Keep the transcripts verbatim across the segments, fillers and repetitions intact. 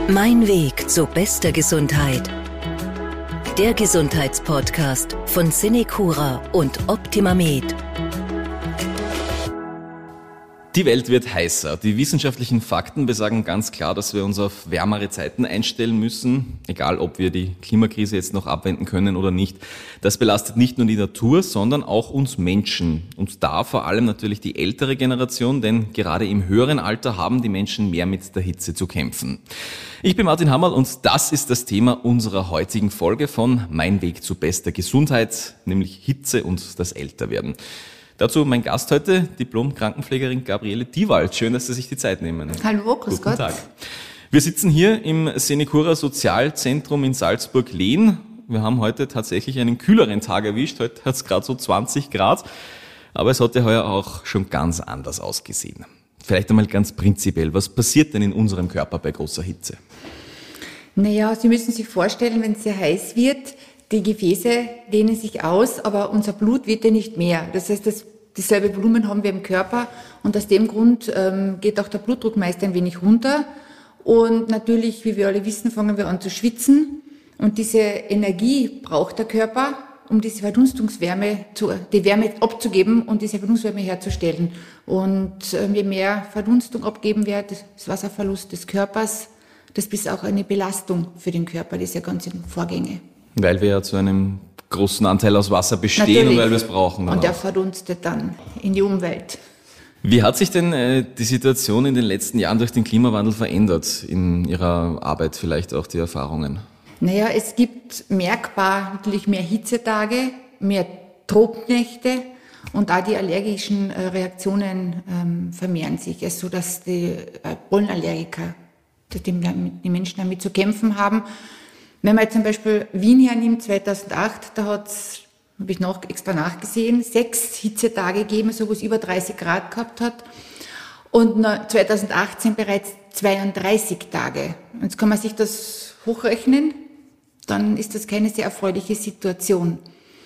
Mein Weg zu bester Gesundheit. Der Gesundheitspodcast von Cinecura und OptimaMed. Die Welt wird heißer. Die wissenschaftlichen Fakten besagen ganz klar, dass wir uns auf wärmere Zeiten einstellen müssen, egal ob wir die Klimakrise jetzt noch abwenden können oder nicht. Das belastet nicht nur die Natur, sondern auch uns Menschen. Und da vor allem natürlich die ältere Generation, denn gerade im höheren Alter haben die Menschen mehr mit der Hitze zu kämpfen. Ich bin Martin Hammerl und das ist das Thema unserer heutigen Folge von Mein Weg zu bester Gesundheit, nämlich Hitze und das Älterwerden. Dazu mein Gast heute, Diplom-Krankenpflegerin Gabriele Diewald. Schön, dass Sie sich die Zeit nehmen. Hallo, grüß Gott. Guten Tag. Wir sitzen hier im Cinecura Sozialzentrum in Salzburg-Lehn. Wir haben heute tatsächlich einen kühleren Tag erwischt. Heute hat es gerade so zwanzig Grad. Aber es hat ja heuer auch schon ganz anders ausgesehen. Vielleicht einmal ganz prinzipiell, was passiert denn in unserem Körper bei großer Hitze? Naja, Sie müssen sich vorstellen, wenn es sehr heiß wird, die Gefäße dehnen sich aus, aber unser Blut wird ja nicht mehr. Das heißt, das, dasselbe Volumen haben wir im Körper und aus dem Grund ähm, geht auch der Blutdruck meist ein wenig runter. Und natürlich, wie wir alle wissen, fangen wir an zu schwitzen. Und diese Energie braucht der Körper, um diese Verdunstungswärme, zu, die Wärme abzugeben und diese Verdunstungswärme herzustellen. Und äh, je mehr Verdunstung abgeben wird, das Wasserverlust des Körpers, das ist auch eine Belastung für den Körper, diese ganzen Vorgänge. Weil wir ja zu einem großen Anteil aus Wasser bestehen. Natürlich. Und weil wir es brauchen. Und der verdunstet dann in die Umwelt. Wie hat sich denn äh, die Situation in den letzten Jahren durch den Klimawandel verändert? In Ihrer Arbeit vielleicht auch die Erfahrungen? Naja, es gibt merkbar natürlich mehr Hitzetage, mehr Tropnächte und auch die allergischen äh, Reaktionen ähm, vermehren sich. Es ist so, dass die äh, Pollenallergiker, die, die Menschen damit zu kämpfen haben. Wenn man jetzt zum Beispiel Wien hernimmt, zweitausendacht, da hat es, habe ich noch extra nachgesehen, sechs Hitzetage gegeben, so wo es über dreißig Grad gehabt hat. Und zweitausendachtzehn bereits zweiunddreißig Tage. Jetzt kann man sich das hochrechnen, dann ist das keine sehr erfreuliche Situation.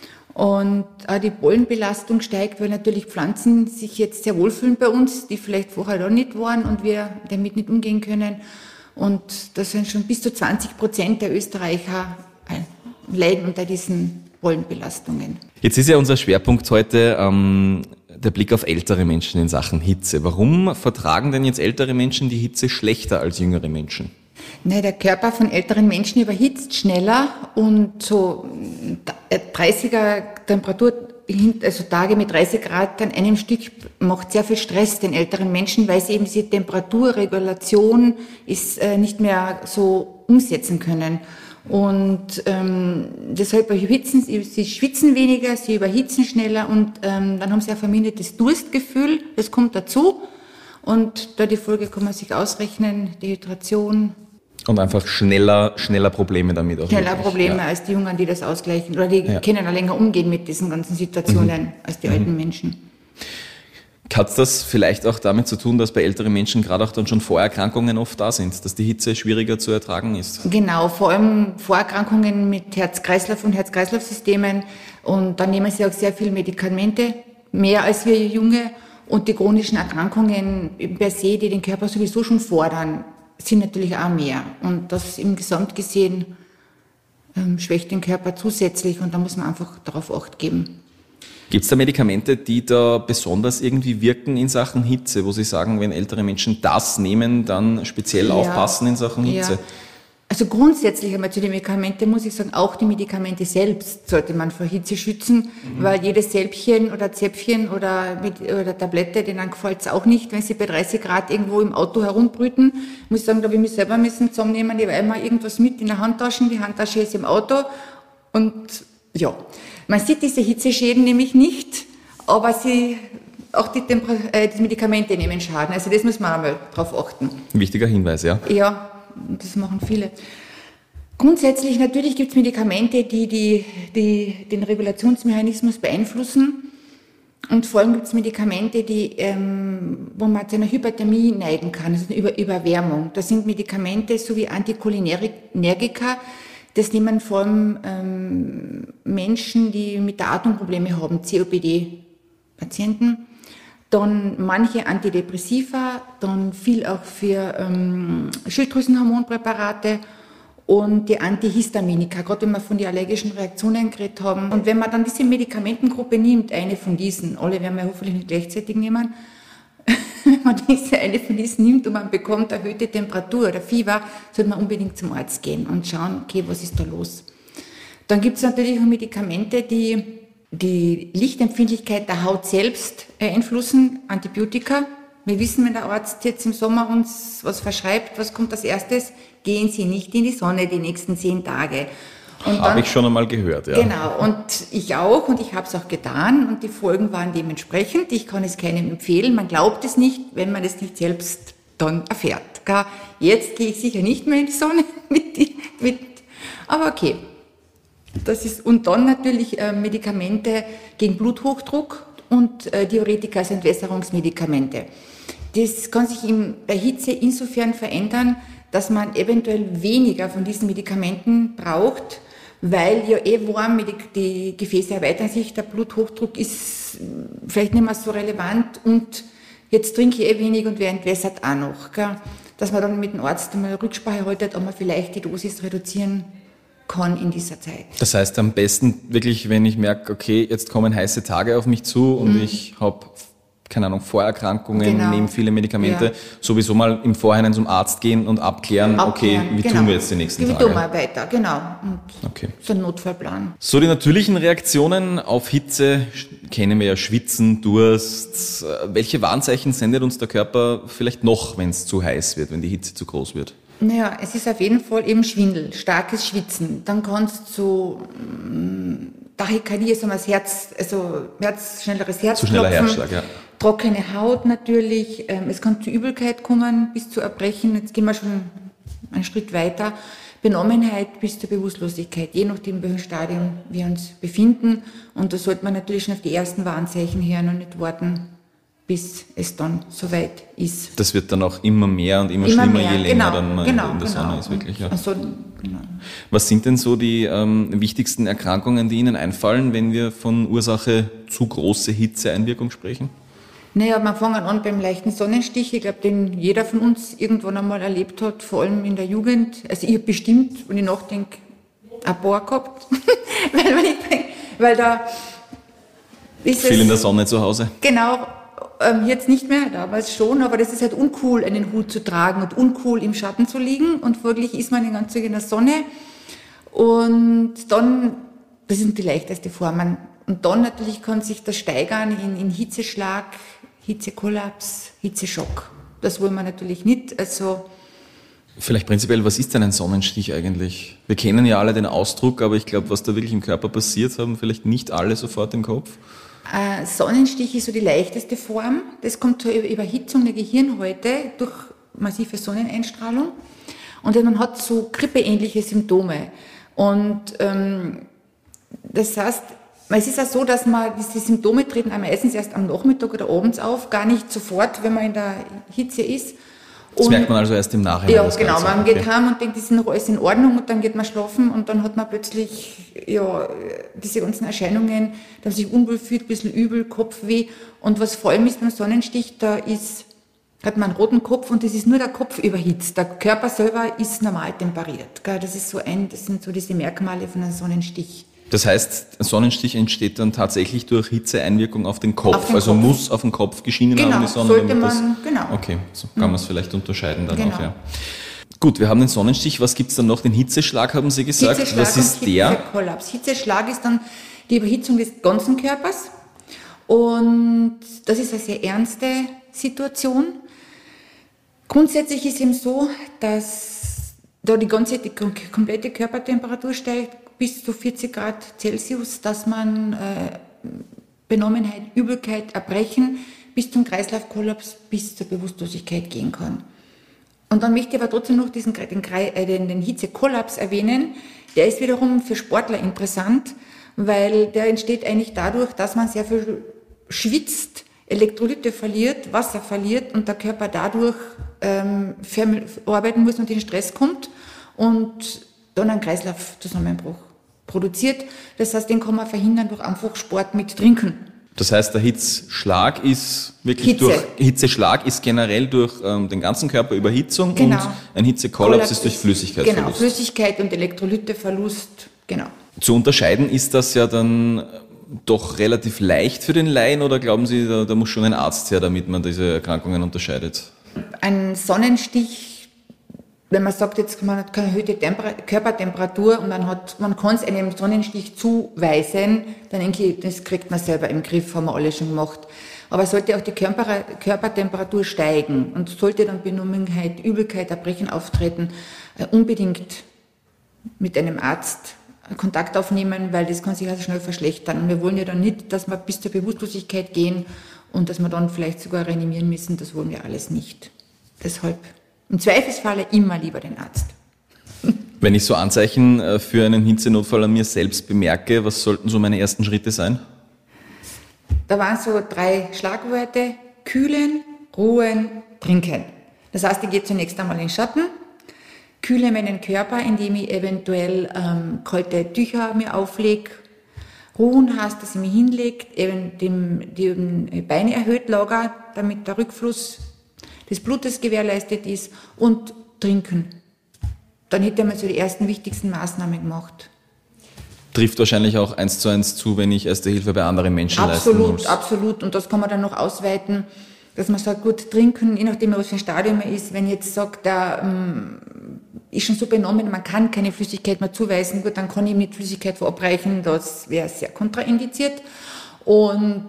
Und auch die Pollenbelastung steigt, weil natürlich Pflanzen sich jetzt sehr wohlfühlen bei uns, die vielleicht vorher da nicht waren und wir damit nicht umgehen können. Und das sind schon bis zu zwanzig Prozent der Österreicher leiden unter diesen Pollenbelastungen. Jetzt ist ja unser Schwerpunkt heute ähm, der Blick auf ältere Menschen in Sachen Hitze. Warum vertragen denn jetzt ältere Menschen die Hitze schlechter als jüngere Menschen? Nein, der Körper von älteren Menschen überhitzt schneller und so dreißiger Temperatur, also Tage mit dreißig Grad an einem Stück macht sehr viel Stress den älteren Menschen, weil sie eben diese Temperaturregulation ist, äh, nicht mehr so umsetzen können. Und ähm, deshalb überhitzen sie, sie schwitzen weniger, sie überhitzen schneller und ähm, dann haben sie ein vermindertes Durstgefühl, das kommt dazu. Und da die Folge kann man sich ausrechnen, Dehydration. Und einfach schneller, schneller Probleme damit auch. Schneller Probleme ja. als die Jungen, die das ausgleichen. Oder die ja. können auch länger umgehen mit diesen ganzen Situationen mhm. als die mhm. alten Menschen. Hat das vielleicht auch damit zu tun, dass bei älteren Menschen gerade auch dann schon Vorerkrankungen oft da sind, dass die Hitze schwieriger zu ertragen ist? Genau, vor allem Vorerkrankungen mit Herz-Kreislauf- und Herz-Kreislauf-Systemen. Und dann nehmen sie auch sehr viele Medikamente, mehr als wir Junge. Und die chronischen Erkrankungen per se, die den Körper sowieso schon fordern, sind natürlich auch mehr. Und das im Gesamt gesehen ähm, schwächt den Körper zusätzlich und da muss man einfach darauf Acht geben. Gibt es da Medikamente, die da besonders irgendwie wirken in Sachen Hitze, wo Sie sagen, wenn ältere Menschen das nehmen, dann speziell ja, aufpassen in Sachen Hitze? Ja. Also grundsätzlich einmal zu den Medikamenten muss ich sagen, auch die Medikamente selbst sollte man vor Hitze schützen, mhm. weil jedes Sälbchen oder Zäpfchen oder, mit, oder Tablette, denen gefällt es auch nicht, wenn sie bei dreißig Grad irgendwo im Auto herumbrüten. Ich muss sagen, da habe ich mich selber müssen zusammennehmen, ich habe immer irgendwas mit in der Handtasche, die Handtasche ist im Auto und ja, man sieht diese Hitzeschäden nämlich nicht, aber sie, auch die, Temper- äh, die Medikamente nehmen Schaden, also das muss man einmal drauf achten. Wichtiger Hinweis, ja. Ja. Das machen viele. Grundsätzlich natürlich gibt es Medikamente, die, die, die den Regulationsmechanismus beeinflussen. Und vor allem gibt es Medikamente, die, ähm, wo man zu einer Hyperthermie neigen kann, also eine Über- Überwärmung. Das sind Medikamente sowie Anticholinergika. Das nehmen vor allem ähm, Menschen, die mit der Atemprobleme haben, C O P D-Patienten. dann manche Antidepressiva, dann viel auch für ähm, Schilddrüsenhormonpräparate und die Antihistaminika, gerade wenn wir von den allergischen Reaktionen geredet haben. Und wenn man dann diese Medikamentengruppe nimmt, eine von diesen, alle werden wir hoffentlich nicht gleichzeitig nehmen, wenn man diese eine von diesen nimmt und man bekommt erhöhte Temperatur oder Fieber, sollte man unbedingt zum Arzt gehen und schauen, okay, was ist da los. Dann gibt es natürlich auch Medikamente, die die Lichtempfindlichkeit der Haut selbst beeinflussen, Antibiotika. Wir wissen, wenn der Arzt jetzt im Sommer uns was verschreibt, was kommt als erstes? Gehen Sie nicht in die Sonne die nächsten zehn Tage. Habe ich schon einmal gehört, ja. Genau, und ich auch und ich habe es auch getan und die Folgen waren dementsprechend. Ich kann es keinem empfehlen, man glaubt es nicht, wenn man es nicht selbst dann erfährt. Jetzt gehe ich sicher nicht mehr in die Sonne, mit, die, mit, aber okay. Das ist, und dann natürlich äh, Medikamente gegen Bluthochdruck und äh, Diuretika, also Entwässerungsmedikamente. Das kann sich in der Hitze insofern verändern, dass man eventuell weniger von diesen Medikamenten braucht, weil ja eh warm die Gefäße erweitern sich, der Bluthochdruck ist vielleicht nicht mehr so relevant und jetzt trinke ich eh wenig und wer entwässert auch noch. Gell? Dass man dann mit dem Arzt einmal Rücksprache haltet, ob man vielleicht die Dosis reduzieren kann in dieser Zeit. Das heißt am besten wirklich, wenn ich merke, okay, jetzt kommen heiße Tage auf mich zu und mhm. ich habe, keine Ahnung, Vorerkrankungen, genau. nehme viele Medikamente, ja. sowieso mal im Vorhinein zum Arzt gehen und abklären, abklären okay, wie genau. tun wir jetzt die nächsten wie Tage? Wie tun wir weiter, genau. Und okay. so ein Notfallplan. So die natürlichen Reaktionen auf Hitze kennen wir ja, Schwitzen, Durst. Welche Warnzeichen sendet uns der Körper vielleicht noch, wenn es zu heiß wird, wenn die Hitze zu groß wird? Naja, es ist auf jeden Fall eben Schwindel, starkes Schwitzen. Dann kann es zu ähm, Tachykardie, also das Herz, also Herz, schnelleres Herzklopfen. Zu schneller Herzschlag, ja. Trockene Haut natürlich. Ähm, es kann zu Übelkeit kommen, bis zu Erbrechen. Jetzt gehen wir schon einen Schritt weiter. Benommenheit bis zur Bewusstlosigkeit, je nachdem, in welchem Stadium wir uns befinden. Und da sollte man natürlich schon auf die ersten Warnzeichen hören und nicht warten, bis es dann soweit ist. Das wird dann auch immer mehr und immer, immer schlimmer, mehr. je länger genau, dann man genau, in der genau. Sonne ist. Wirklich, ja. Also, genau. Was sind denn so die ähm, wichtigsten Erkrankungen, die Ihnen einfallen, wenn wir von Ursache zu große Hitzeeinwirkung sprechen? Naja, wir fangen an beim leichten Sonnenstich, ich glaube, den jeder von uns irgendwann einmal erlebt hat, vor allem in der Jugend. Also ich habe bestimmt, wenn ich nachdenke, ein paar gehabt, weil, wenn ich denk, weil da ist viel es, in der Sonne zu Hause. Genau. Ähm, jetzt nicht mehr, damals schon, aber das ist halt uncool, einen Hut zu tragen und uncool im Schatten zu liegen und folglich ist man den ganzen Tag in der Sonne und dann, das sind die leichteste Formen und dann natürlich kann sich das steigern in, in Hitzeschlag, Hitzekollaps, Hitzeschock. Das wollen wir natürlich nicht, also vielleicht prinzipiell, was ist denn ein Sonnenstich eigentlich? Wir kennen ja alle den Ausdruck, aber ich glaube, was da wirklich im Körper passiert, haben vielleicht nicht alle sofort im Kopf. Äh, Sonnenstich ist so die leichteste Form. Das kommt zur Überhitzung der Gehirnhäute durch massive Sonneneinstrahlung. Und man hat so grippeähnliche Symptome. Und ähm, das heißt, es ist ja so, dass man diese Symptome treten meistens erst am Nachmittag oder abends auf, gar nicht sofort, wenn man in der Hitze ist. Das und, merkt man also erst im Nachhinein. Ja, genau. Ganze. Man geht okay. heim und denkt, das ist noch alles in Ordnung und dann geht man schlafen und dann hat man plötzlich ja, diese ganzen Erscheinungen, dass man sich unwohl fühlt, ein bisschen übel, Kopfweh. Und was vor allem ist beim Sonnenstich, da ist, hat man einen roten Kopf und das ist nur der Kopf überhitzt. Der Körper selber ist normal temperiert. Das ist so ein, das sind so diese Merkmale von einem Sonnenstich. Das heißt, ein Sonnenstich entsteht dann tatsächlich durch Hitzeeinwirkung auf den Kopf, auf den also Kopf. Muss auf den Kopf geschienen genau, haben die Sonne. Sollte man, das, genau. Okay, so kann man es vielleicht unterscheiden dann genau. auch, ja. Gut, wir haben den Sonnenstich, was gibt's dann noch? Den Hitzeschlag haben Sie gesagt. Hitzeschlag was ist und der? Hitzekollaps. Hitzeschlag ist dann die Überhitzung des ganzen Körpers und das ist eine sehr ernste Situation. Grundsätzlich ist eben so, dass da die ganze, die komplette Körpertemperatur steigt bis zu vierzig Grad Celsius, dass man äh, Benommenheit, Übelkeit, Erbrechen bis zum Kreislaufkollaps, bis zur Bewusstlosigkeit gehen kann. Und dann möchte ich aber trotzdem noch diesen, den, den, den Hitzekollaps erwähnen. Der ist wiederum für Sportler interessant, weil der entsteht eigentlich dadurch, dass man sehr viel schwitzt, Elektrolyte verliert, Wasser verliert und der Körper dadurch ähm, arbeiten muss und in Stress kommt und dann einen Kreislaufzusammenbruch produziert. Das heißt, den kann man verhindern durch einfach Sport mit Trinken. Das heißt, der Hitzschlag ist wirklich Hitze. durch, Hitzeschlag ist generell durch ähm, den ganzen Körper Überhitzung Genau. und ein Hitzekollaps ist durch Flüssigkeitsverlust. Genau, Flüssigkeit und Elektrolyteverlust, genau. Zu unterscheiden ist das ja dann doch relativ leicht für den Laien oder glauben Sie, da, da muss schon ein Arzt her, damit man diese Erkrankungen unterscheidet? Ein Sonnenstich, wenn man sagt, jetzt man hat keine erhöhte Temper- Körpertemperatur und man hat, man kann es einem Sonnenstich zuweisen, dann denke ich, das kriegt man selber im Griff, haben wir alle schon gemacht. Aber sollte auch die Körper- Körpertemperatur steigen und sollte dann Benommenheit, Übelkeit, Erbrechen auftreten, äh, unbedingt mit einem Arzt Kontakt aufnehmen, weil das kann sich also schnell verschlechtern. Und wir wollen ja dann nicht, dass wir bis zur Bewusstlosigkeit gehen und dass wir dann vielleicht sogar reanimieren müssen. Das wollen wir alles nicht. Deshalb im Zweifelsfalle immer lieber den Arzt. Wenn ich so Anzeichen für einen Hitzenotfall an mir selbst bemerke, was sollten so meine ersten Schritte sein? Da waren so drei Schlagworte: kühlen, ruhen, trinken. Das heißt, ich gehe zunächst einmal in den Schatten, kühle meinen Körper, indem ich eventuell ähm, kalte Tücher mir auflege. Ruhen heißt, dass ich mich hinlege, eben dem, die Beine erhöht lager, damit der Rückfluss des Blutes gewährleistet ist, und trinken. Dann hätte man so die ersten wichtigsten Maßnahmen gemacht. Trifft wahrscheinlich auch eins zu eins zu, wenn ich erste Hilfe bei anderen Menschen absolut, leisten muss. Absolut, absolut. Und das kann man dann noch ausweiten, dass man sagt, gut, trinken, je nachdem, was für ein Stadium man ist. Wenn jetzt sagt, der ähm, ist schon so benommen, man kann keine Flüssigkeit mehr zuweisen, gut, dann kann ich ihm nicht Flüssigkeit verabreichen, das wäre sehr kontraindiziert. Und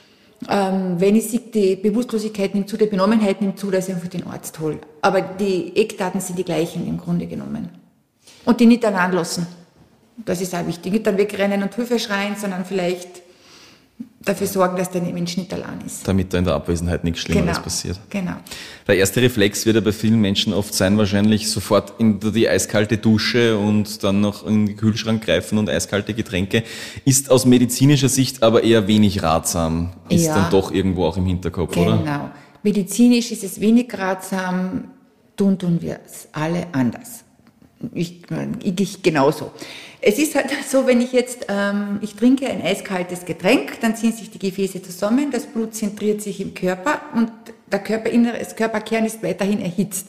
ähm, wenn ich sehe, die Bewusstlosigkeit nimmt zu, die Benommenheit nimmt zu, dass ich einfach den Arzt hole. Aber die Eckdaten sind die gleichen im Grunde genommen. Und die nicht allein lassen. Das ist auch wichtig. Nicht dann wegrennen und Hilfe schreien, sondern vielleicht dafür sorgen, dass der Mensch nicht allein ist. Damit da in der Abwesenheit nichts Schlimmeres genau, passiert. Genau. Der erste Reflex wird ja bei vielen Menschen oft sein, wahrscheinlich sofort in die eiskalte Dusche und dann noch in den Kühlschrank greifen und eiskalte Getränke. Ist aus medizinischer Sicht aber eher wenig ratsam. Ist ja, dann doch irgendwo auch im Hinterkopf, genau. oder? Genau. Medizinisch ist es wenig ratsam, tun tun wir es alle anders. Ich, ich, ich genauso. Es ist halt so, wenn ich jetzt, ähm, ich trinke ein eiskaltes Getränk, dann ziehen sich die Gefäße zusammen, das Blut zentriert sich im Körper und der Körperinnere, das Körperkern ist weiterhin erhitzt.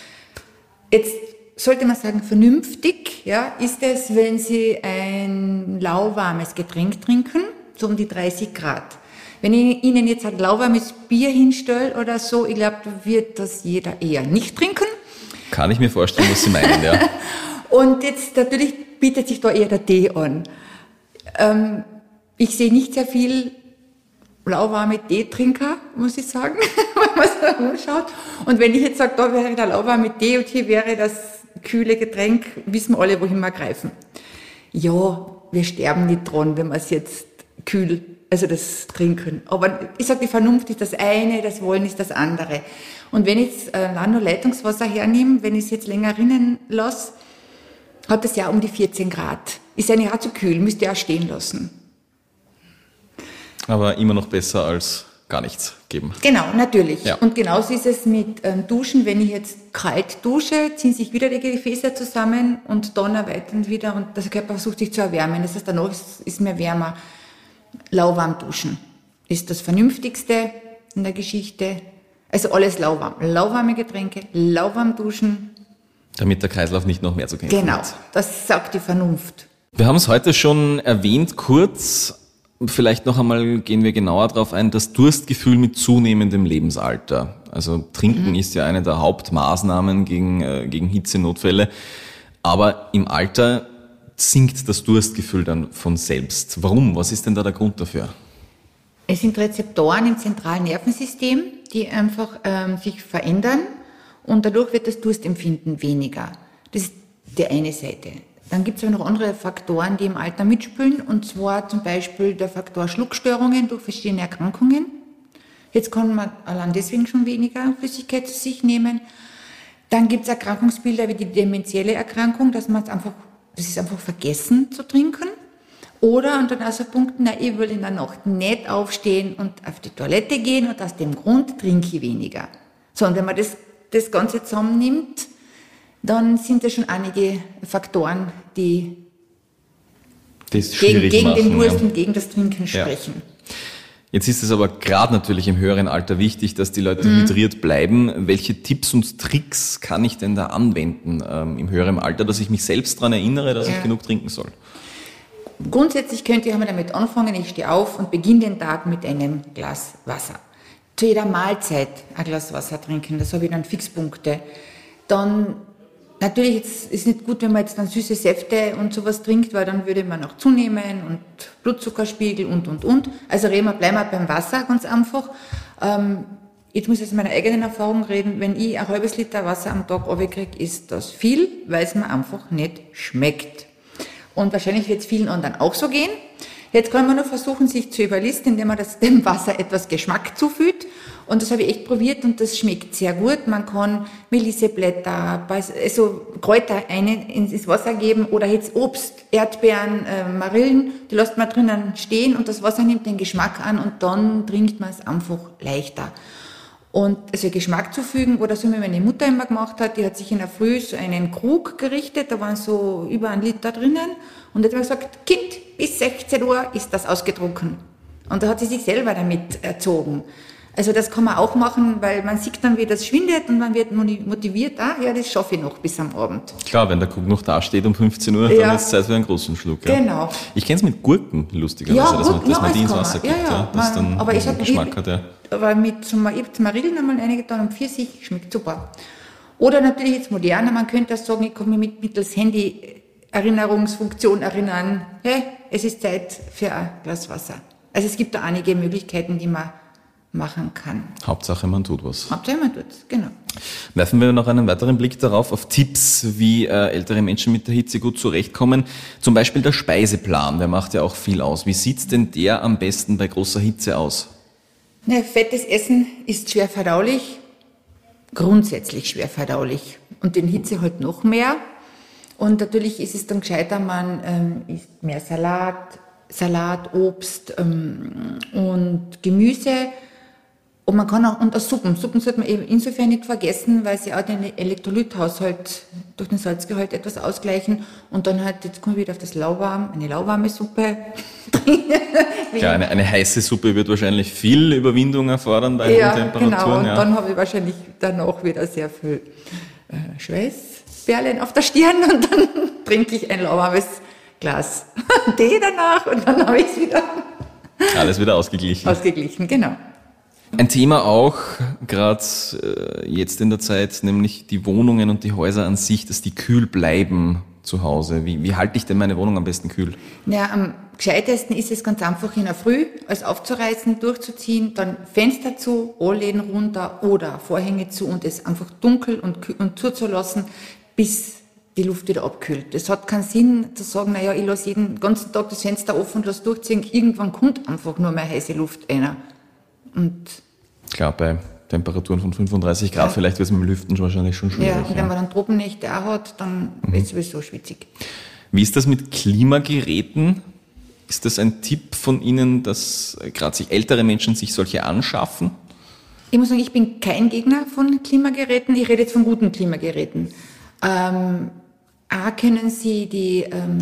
Jetzt sollte man sagen, vernünftig, ja, ist es, wenn Sie ein lauwarmes Getränk trinken, so um die dreißig Grad. Wenn ich Ihnen jetzt ein lauwarmes Bier hinstelle oder so, ich glaube, wird das jeder eher nicht trinken. Kann ich mir vorstellen, was Sie meinen, ja. Und jetzt natürlich bietet sich da eher der Tee an. Ähm, ich sehe nicht sehr viel lauwarme Teetrinker, muss ich sagen, wenn man so umschaut. Und wenn ich jetzt sage, da wäre der lauwarme Tee und hier wäre das kühle Getränk, wissen wir alle, wohin wir greifen. Ja, wir sterben nicht dran, wenn wir es jetzt kühl, also das trinken. Aber ich sage, die Vernunft ist das eine, das Wollen ist das andere. Und wenn ich jetzt äh, nur Leitungswasser hernehme, wenn ich es jetzt länger rinnen lasse, hat es ja um die vierzehn Grad. Ist ja nicht auch zu kühl, müsst ihr auch stehen lassen. Aber immer noch besser als gar nichts geben. Genau, natürlich. Ja. Und genauso ist es mit ähm, Duschen. Wenn ich jetzt kalt dusche, ziehen sich wieder die Gefäße zusammen und dann erweitern wieder und der Körper versucht sich zu erwärmen. Das heißt, danach ist, ist mehr wärmer. Lauwarm duschen ist das Vernünftigste in der Geschichte. Also alles lauwarm. Lauwarme Getränke, lauwarm duschen. Damit der Kreislauf nicht noch mehr zu kämpfen Genau, hat. das sagt die Vernunft. Wir haben es heute schon erwähnt, kurz. Vielleicht noch einmal gehen wir genauer darauf ein, das Durstgefühl mit zunehmendem Lebensalter. Also Trinken mhm. ist ja eine der Hauptmaßnahmen gegen, äh, gegen Hitzenotfälle. Aber im Alter sinkt das Durstgefühl dann von selbst. Warum? Was ist denn da der Grund dafür? Es sind Rezeptoren im zentralen Nervensystem, die einfach ähm, sich verändern und dadurch wird das Durstempfinden weniger. Das ist die eine Seite. Dann gibt es aber noch andere Faktoren, die im Alter mitspielen, und zwar zum Beispiel der Faktor Schluckstörungen durch verschiedene Erkrankungen. Jetzt kann man allein deswegen schon weniger Flüssigkeit zu sich nehmen. Dann gibt es Erkrankungsbilder wie die dementielle Erkrankung, dass man es einfach, das ist einfach vergessen zu trinken. Oder, und dann auch so Punkt, na, ich will in der Nacht nicht aufstehen und auf die Toilette gehen und aus dem Grund trinke ich weniger. So, und wenn man das, das Ganze zusammennimmt, dann sind das schon einige Faktoren, die das gegen, gegen machen, den Durst ja. und gegen das Trinken sprechen. Jetzt ist es aber gerade natürlich im höheren Alter wichtig, dass die Leute mhm. hydriert bleiben. Welche Tipps und Tricks kann ich denn da anwenden ähm, im höheren Alter, dass ich mich selbst daran erinnere, dass ja. ich genug trinken soll? Grundsätzlich könnte ich einmal damit anfangen, ich stehe auf und beginne den Tag mit einem Glas Wasser. Zu jeder Mahlzeit ein Glas Wasser trinken, das habe ich dann Fixpunkte. Dann natürlich ist es nicht gut, wenn man jetzt dann süße Säfte und sowas trinkt, weil dann würde man auch zunehmen und Blutzuckerspiegel und, und, und. Also reden wir, bleiben wir beim Wasser ganz einfach. Ähm, jetzt muss ich aus meiner eigenen Erfahrung reden, wenn ich ein halbes Liter Wasser am Tag runterkriege, ist das viel, weil es mir einfach nicht schmeckt. Und wahrscheinlich wird es vielen anderen auch so gehen. Jetzt kann man nur versuchen, sich zu überlisten, indem man das, dem Wasser etwas Geschmack zufügt. Und das habe ich echt probiert und das schmeckt sehr gut. Man kann Melisseblätter, also Kräuter eine ins Wasser geben oder jetzt Obst, Erdbeeren, äh, Marillen, die lässt man drinnen stehen und das Wasser nimmt den Geschmack an und dann trinkt man es einfach leichter. Und also Geschmack zufügen oder so wie meine Mutter immer gemacht hat, die hat sich in der Früh so einen Krug gerichtet, da waren so über ein Liter drinnen und hat immer gesagt, Kind, bis sechzehn Uhr ist das ausgetrunken. Und da hat sie sich selber damit erzogen. Also das kann man auch machen, weil man sieht dann, wie das schwindet und man wird motiviert, ah ja, das schaffe ich noch bis am Abend. Klar, wenn der Krug noch da steht um fünfzehn Uhr, ja. dann ist es Zeit für einen großen Schluck. Ja. Genau. Ich kenne es mit Gurken, lustigerweise, ja, dass man, dass ja, man die ins Wasser man. gibt, ja, ja. ja, dass dann aber ich einen Geschmack ich, hat. Ja. Aber mit zum Marillen einmal reingetan und Pfirsich, schmeckt super. Oder natürlich jetzt moderner, man könnte das sagen, ich kann mich mit, mittels Handy-Erinnerungsfunktion erinnern, hey, es ist Zeit für ein Glas Wasser. Also es gibt da einige Möglichkeiten, die man machen kann. Hauptsache, man tut was. Hauptsache, man tut es, genau. Werfen wir noch einen weiteren Blick darauf, auf Tipps, wie äh, ältere Menschen mit der Hitze gut zurechtkommen. Zum Beispiel der Speiseplan, der macht ja auch viel aus. Wie sieht denn der am besten bei großer Hitze aus? Na, fettes Essen ist schwer verdaulich, grundsätzlich schwer verdaulich. Und in Hitze halt noch mehr. Und natürlich ist es dann gescheiter, man ähm, isst mehr Salat, Salat, Obst ähm, und Gemüse. Und man kann auch, und auch Suppen. Suppen sollte man eben insofern nicht vergessen, weil sie auch den Elektrolythaushalt durch den Salzgehalt etwas ausgleichen. Und dann halt, jetzt kommen wir wieder auf das lauwarm, eine lauwarme Suppe trinken. Klar, eine, eine heiße Suppe wird wahrscheinlich viel Überwindung erfordern bei ja, hohen Temperaturen. Genau, und ja. dann habe ich wahrscheinlich danach wieder sehr viel äh, Schweißperlen auf der Stirn und dann trinke ich ein lauwarmes Glas Tee danach und dann habe ich es wieder alles wieder ausgeglichen. Ausgeglichen, genau. Ein Thema auch, gerade äh, jetzt in der Zeit, nämlich die Wohnungen und die Häuser an sich, dass die kühl bleiben zu Hause. Wie, wie halte ich denn meine Wohnung am besten kühl? Ja, am gescheitesten ist es ganz einfach in der Früh, alles aufzureißen, durchzuziehen, dann Fenster zu, Rollläden runter oder Vorhänge zu und es einfach dunkel und, und zuzulassen, bis die Luft wieder abkühlt. Es hat keinen Sinn zu sagen, naja, ich lasse jeden ganzen Tag das Fenster offen und lasse durchziehen. Irgendwann kommt einfach nur mehr heiße Luft rein. Und klar, bei Temperaturen von fünfunddreißig Grad, ja. Vielleicht wird es mit dem Lüften wahrscheinlich schon schwierig. Ja, und wenn man dann Tropennächte auch hat, dann mhm. wird es sowieso schwitzig. Wie ist das mit Klimageräten? Ist das ein Tipp von Ihnen, dass gerade sich ältere Menschen sich solche anschaffen? Ich muss sagen, ich bin kein Gegner von Klimageräten. Ich rede jetzt von guten Klimageräten. Ähm, A, können Sie die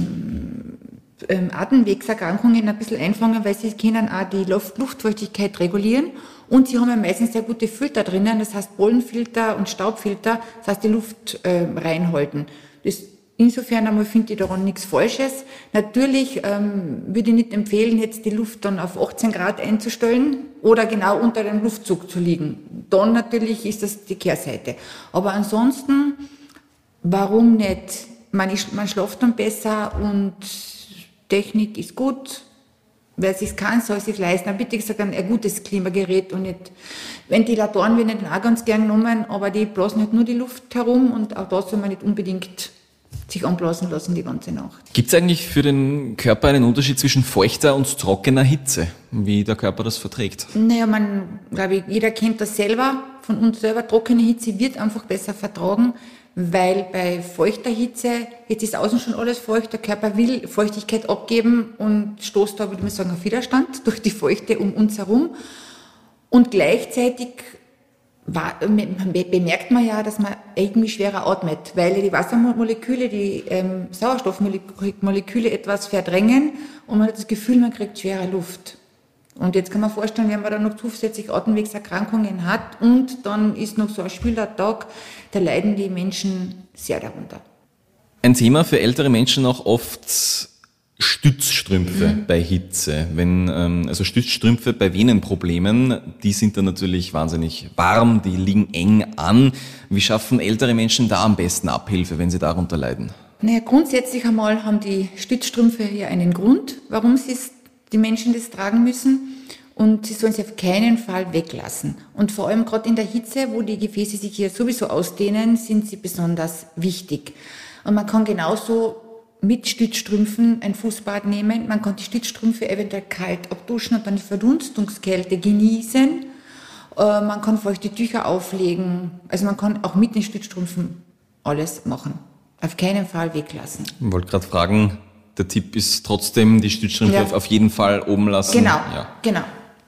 ähm, ähm, Atemwegserkrankungen ein bisschen einfangen, weil Sie können auch die Luft- Luftfeuchtigkeit regulieren und Sie haben ja meistens sehr gute Filter drinnen, das heißt Pollenfilter und Staubfilter, das heißt die Luft äh, reinhalten. Das, insofern einmal finde ich daran nichts Falsches. Natürlich ähm, würde ich nicht empfehlen, jetzt die Luft dann auf achtzehn Grad einzustellen oder genau unter dem Luftzug zu liegen. Dann natürlich ist das die Kehrseite. Aber ansonsten, warum nicht? Man, ist, man schläft dann besser und Technik ist gut. Wer es kann, soll sich leisten. Aber bitte gesagt, ein, ein gutes Klimagerät und nicht, Ventilatoren werden auch ganz gern genommen, aber die blasen halt nur die Luft herum und auch das soll man nicht unbedingt sich anblasen lassen die ganze Nacht. Gibt es eigentlich für den Körper einen Unterschied zwischen feuchter und trockener Hitze, wie der Körper das verträgt? Naja, man, glaube ich, jeder kennt das selber, von uns selber. Trockene Hitze wird einfach besser vertragen, weil bei feuchter Hitze, jetzt ist außen schon alles feucht, der Körper will Feuchtigkeit abgeben und stoßt da, würde man sagen, auf Widerstand durch die Feuchte um uns herum. Und gleichzeitig war, bemerkt man ja, dass man irgendwie schwerer atmet, weil die Wassermoleküle, die ähm, Sauerstoffmoleküle etwas verdrängen und man hat das Gefühl, man kriegt schwere Luft. Und jetzt kann man vorstellen, wenn man dann noch zusätzlich Atemwegserkrankungen hat und dann ist noch so ein schwüler Tag, da leiden die Menschen sehr darunter. Ein Thema für ältere Menschen auch oft Stützstrümpfe mhm. bei Hitze. Wenn, ähm, also Stützstrümpfe bei Venenproblemen, die sind dann natürlich wahnsinnig warm, die liegen eng an. Wie schaffen ältere Menschen da am besten Abhilfe, wenn sie darunter leiden? Naja, grundsätzlich einmal haben die Stützstrümpfe ja einen Grund, warum sie die Menschen das tragen müssen. Und sie sollen sie auf keinen Fall weglassen. Und vor allem gerade in der Hitze, wo die Gefäße sich hier sowieso ausdehnen, sind sie besonders wichtig. Und man kann genauso mit Stützstrümpfen ein Fußbad nehmen. Man kann die Stützstrümpfe eventuell kalt abduschen und dann die Verdunstungskälte genießen. Man kann feuchte Tücher auflegen. Also man kann auch mit den Stützstrümpfen alles machen. Auf keinen Fall weglassen. Ich wollte gerade fragen, der Tipp ist trotzdem, die Stützstrümpfe ja. auf jeden Fall oben lassen. Genau, ja. genau.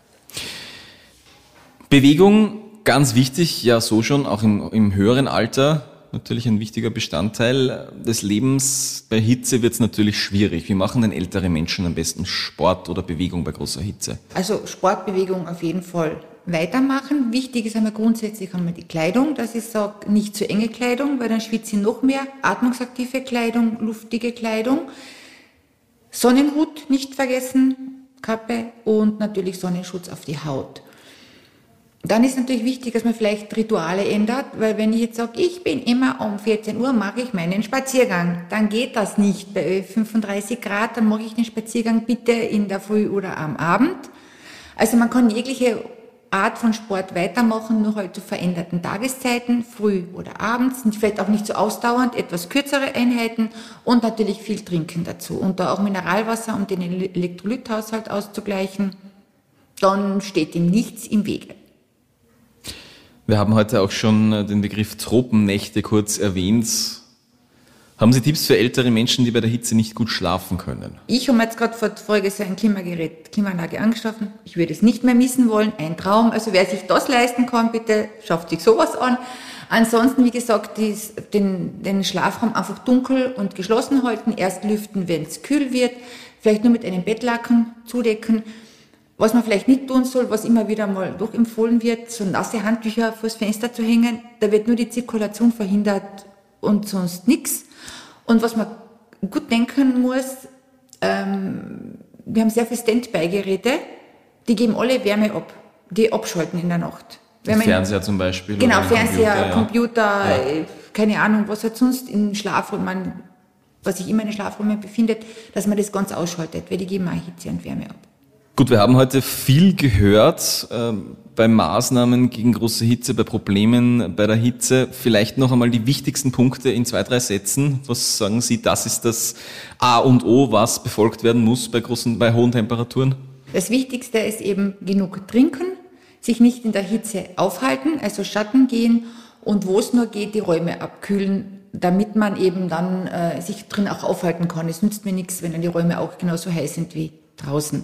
Bewegung, ganz wichtig, ja so schon, auch im, im höheren Alter. Natürlich ein wichtiger Bestandteil des Lebens. Bei Hitze wird es natürlich schwierig. Wie machen denn ältere Menschen am besten Sport oder Bewegung bei großer Hitze? Also Sportbewegung auf jeden Fall weitermachen. Wichtig ist einmal grundsätzlich einmal die Kleidung, dass ich sage, nicht zu enge Kleidung, weil dann schwitze ich noch mehr. Atmungsaktive Kleidung, luftige Kleidung. Sonnenhut nicht vergessen, Kappe und natürlich Sonnenschutz auf die Haut. Dann ist natürlich wichtig, dass man vielleicht Rituale ändert, weil wenn ich jetzt sage, ich bin immer um vierzehn Uhr, mache ich meinen Spaziergang, dann geht das nicht bei fünfunddreißig Grad, dann mache ich den Spaziergang bitte in der Früh oder am Abend. Also man kann jegliche Art von Sport weitermachen, nur halt zu veränderten Tageszeiten, früh oder abends, vielleicht auch nicht so ausdauernd, etwas kürzere Einheiten und natürlich viel trinken dazu. Und da auch Mineralwasser, um den Elektrolythaushalt auszugleichen, dann steht ihm nichts im Wege. Wir haben heute auch schon den Begriff Tropennächte kurz erwähnt. Haben Sie Tipps für ältere Menschen, die bei der Hitze nicht gut schlafen können? Ich habe mir jetzt gerade vor der Folge so ein Klimagerät, Klimaanlage angeschaffen. Ich würde es nicht mehr missen wollen. Ein Traum. Also wer sich das leisten kann, bitte schafft sich sowas an. Ansonsten, wie gesagt, dies, den, den Schlafraum einfach dunkel und geschlossen halten. Erst lüften, wenn es kühl wird. Vielleicht nur mit einem Bettlaken zudecken. Was man vielleicht nicht tun soll, was immer wieder mal doch empfohlen wird, so nasse Handtücher vors Fenster zu hängen. Da wird nur die Zirkulation verhindert und sonst nichts. Und was man gut denken muss, ähm, wir haben sehr viele Standby-Geräte, die geben alle Wärme ab, die abschalten in der Nacht. Wenn man, Fernseher zum Beispiel? Genau, Fernseher, Computer, Computer ja. äh, keine Ahnung, was halt sonst im Schlafraum, man, was sich immer in den Schlafräumen befindet, dass man das ganz ausschaltet, weil die geben auch Hitze und Wärme ab. Gut, wir haben heute viel gehört äh, bei Maßnahmen gegen große Hitze, bei Problemen bei der Hitze. Vielleicht noch einmal die wichtigsten Punkte in zwei, drei Sätzen. Was sagen Sie, das ist das A und O, was befolgt werden muss bei großen, bei hohen Temperaturen? Das Wichtigste ist eben genug trinken, sich nicht in der Hitze aufhalten, also Schatten gehen und wo es nur geht, die Räume abkühlen, damit man eben dann äh, sich drin auch aufhalten kann. Es nützt mir nichts, wenn dann die Räume auch genauso heiß sind wie draußen.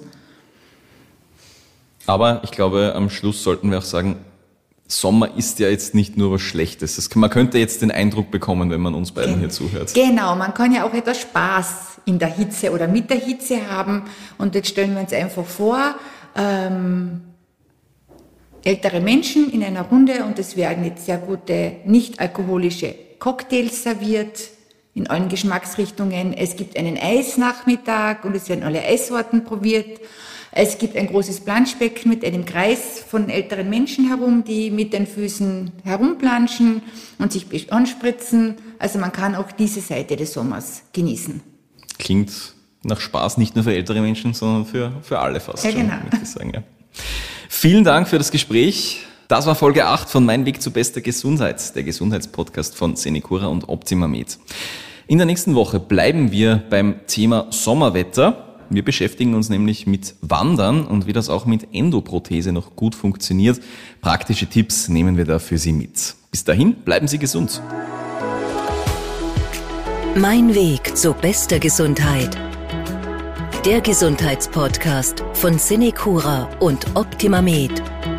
Aber ich glaube, am Schluss sollten wir auch sagen, Sommer ist ja jetzt nicht nur was Schlechtes. Das, man könnte jetzt den Eindruck bekommen, wenn man uns beiden hier zuhört. Genau, man kann ja auch etwas Spaß in der Hitze oder mit der Hitze haben. Und jetzt stellen wir uns einfach vor, ähm, ältere Menschen in einer Runde und es werden jetzt sehr gute, nicht alkoholische Cocktails serviert, in allen Geschmacksrichtungen. Es gibt einen Eisnachmittag und es werden alle Eissorten probiert. Es gibt ein großes Planschbecken mit einem Kreis von älteren Menschen herum, die mit den Füßen herumplanschen und sich anspritzen. Also man kann auch diese Seite des Sommers genießen. Klingt nach Spaß, nicht nur für ältere Menschen, sondern für, für alle fast ja, schon, genau. würde ich sagen. Ja. Vielen Dank für das Gespräch. Das war Folge acht von Mein Weg zu bester Gesundheit, der Gesundheitspodcast von SeneCura und Optimamed. In der nächsten Woche bleiben wir beim Thema Sommerwetter. Wir beschäftigen uns nämlich mit Wandern und wie das auch mit Endoprothese noch gut funktioniert. Praktische Tipps nehmen wir da für Sie mit. Bis dahin, bleiben Sie gesund. Mein Weg zu bester Gesundheit. Der Gesundheitspodcast von SeneCura und Optimamed.